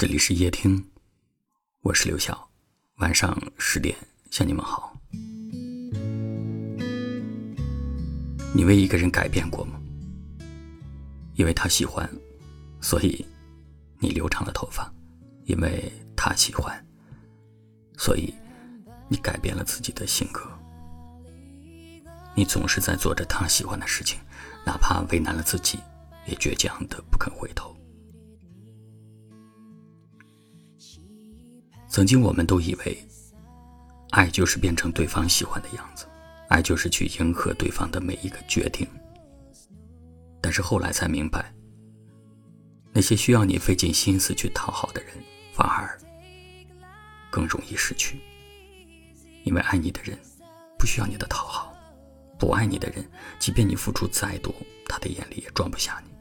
这里是夜听，我是刘晓，晚上10点向你们好。你为一个人改变过吗？因为他喜欢，所以你留长了头发；因为他喜欢，所以你改变了自己的性格。你总是在做着他喜欢的事情，哪怕为难了自己，也倔强的不肯回头。曾经我们都以为，爱就是变成对方喜欢的样子，爱就是去迎合对方的每一个决定。但是后来才明白，那些需要你费尽心思去讨好的人，反而更容易失去。因为爱你的人不需要你的讨好，不爱你的人，即便你付出再多，他的眼里也装不下你。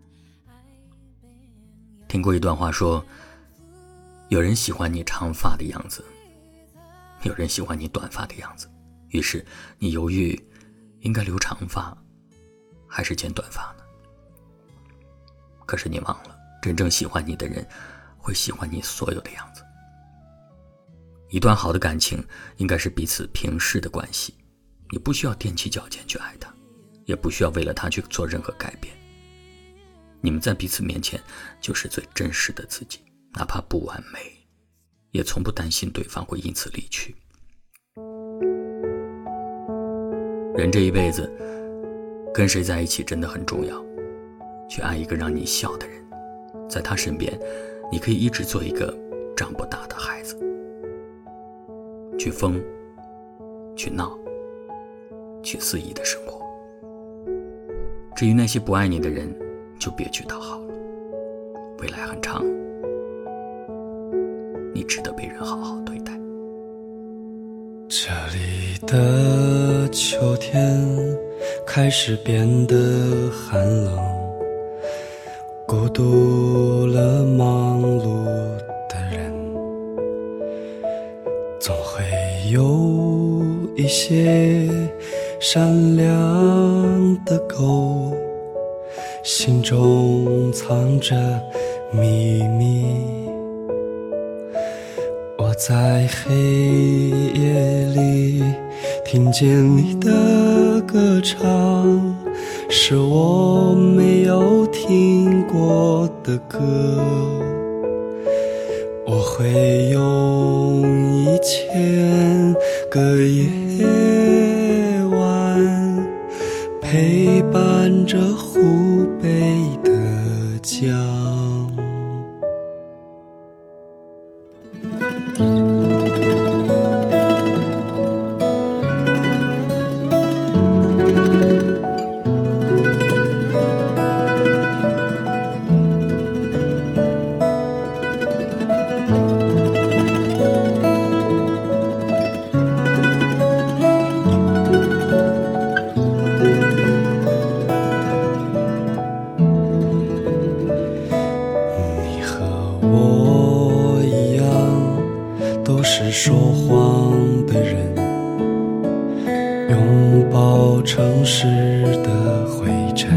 听过一段话说，有人喜欢你长发的样子，有人喜欢你短发的样子，于是你犹豫应该留长发还是剪短发呢？可是你忘了，真正喜欢你的人会喜欢你所有的样子。一段好的感情应该是彼此平视的关系，你不需要踮起脚尖去爱他，也不需要为了他去做任何改变。你们在彼此面前就是最真实的自己，哪怕不完美，也从不担心对方会因此离去。人这一辈子，跟谁在一起真的很重要。去爱一个让你笑的人，在他身边，你可以一直做一个长不大的孩子，去疯，去闹，去肆意的生活。至于那些不爱你的人，就别去讨好了。未来很长，你值得被人好好对待。 这里的秋天开始变得寒冷，孤独了忙碌的人，总会有一些善良的狗，心中藏着秘密。我在黑夜里听见你的歌唱，是我没有听过的歌。我会用1000个夜晚陪伴着湖北的江。我一样都是说谎的人，拥抱城市的灰尘，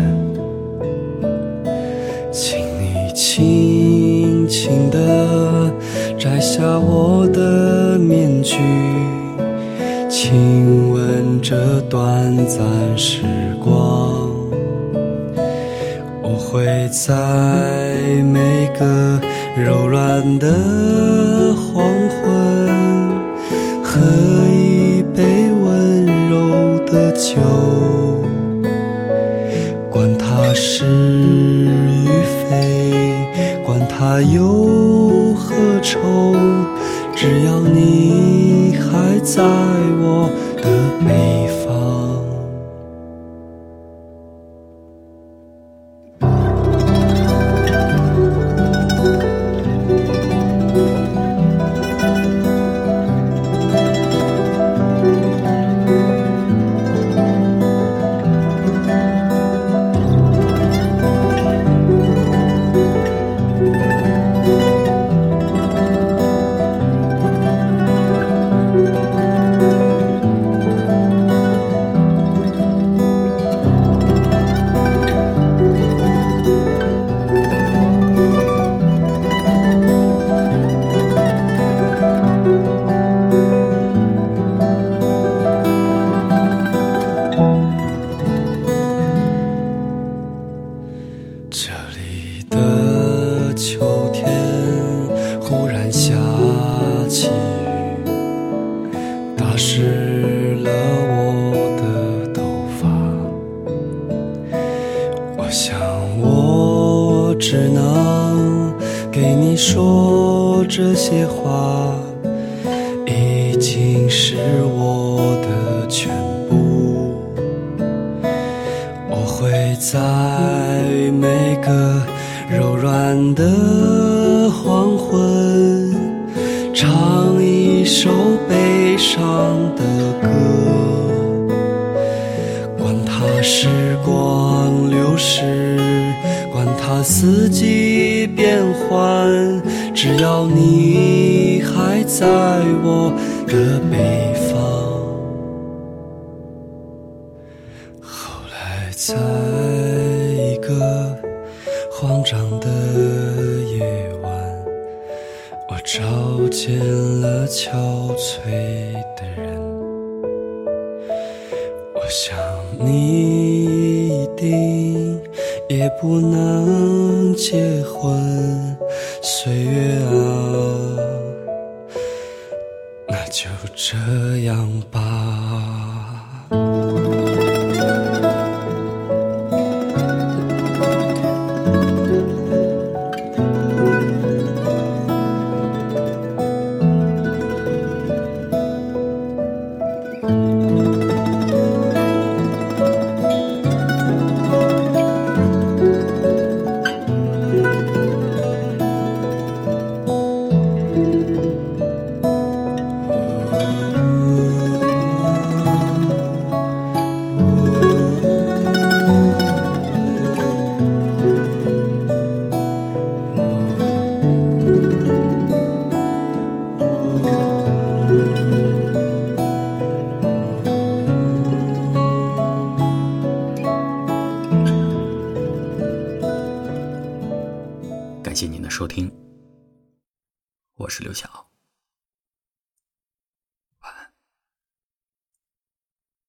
请你轻轻地摘下我的面具，亲吻这短暂时光。我会在每个柔软的黄昏，喝一杯温柔的酒，管它是与非，管它有何愁，只要你还在我的北方。 对你说这些话，已经是我的全部。我会在每个柔软的黄昏，唱一首悲伤的歌，管它时光流逝，管它四季变换，只要你还在我的北方。后来在一个慌张的夜晚，我找见了憔悴的人。我想你一定也不能结婚，岁月啊，那就这样吧。 感谢您的收听，我是刘晓。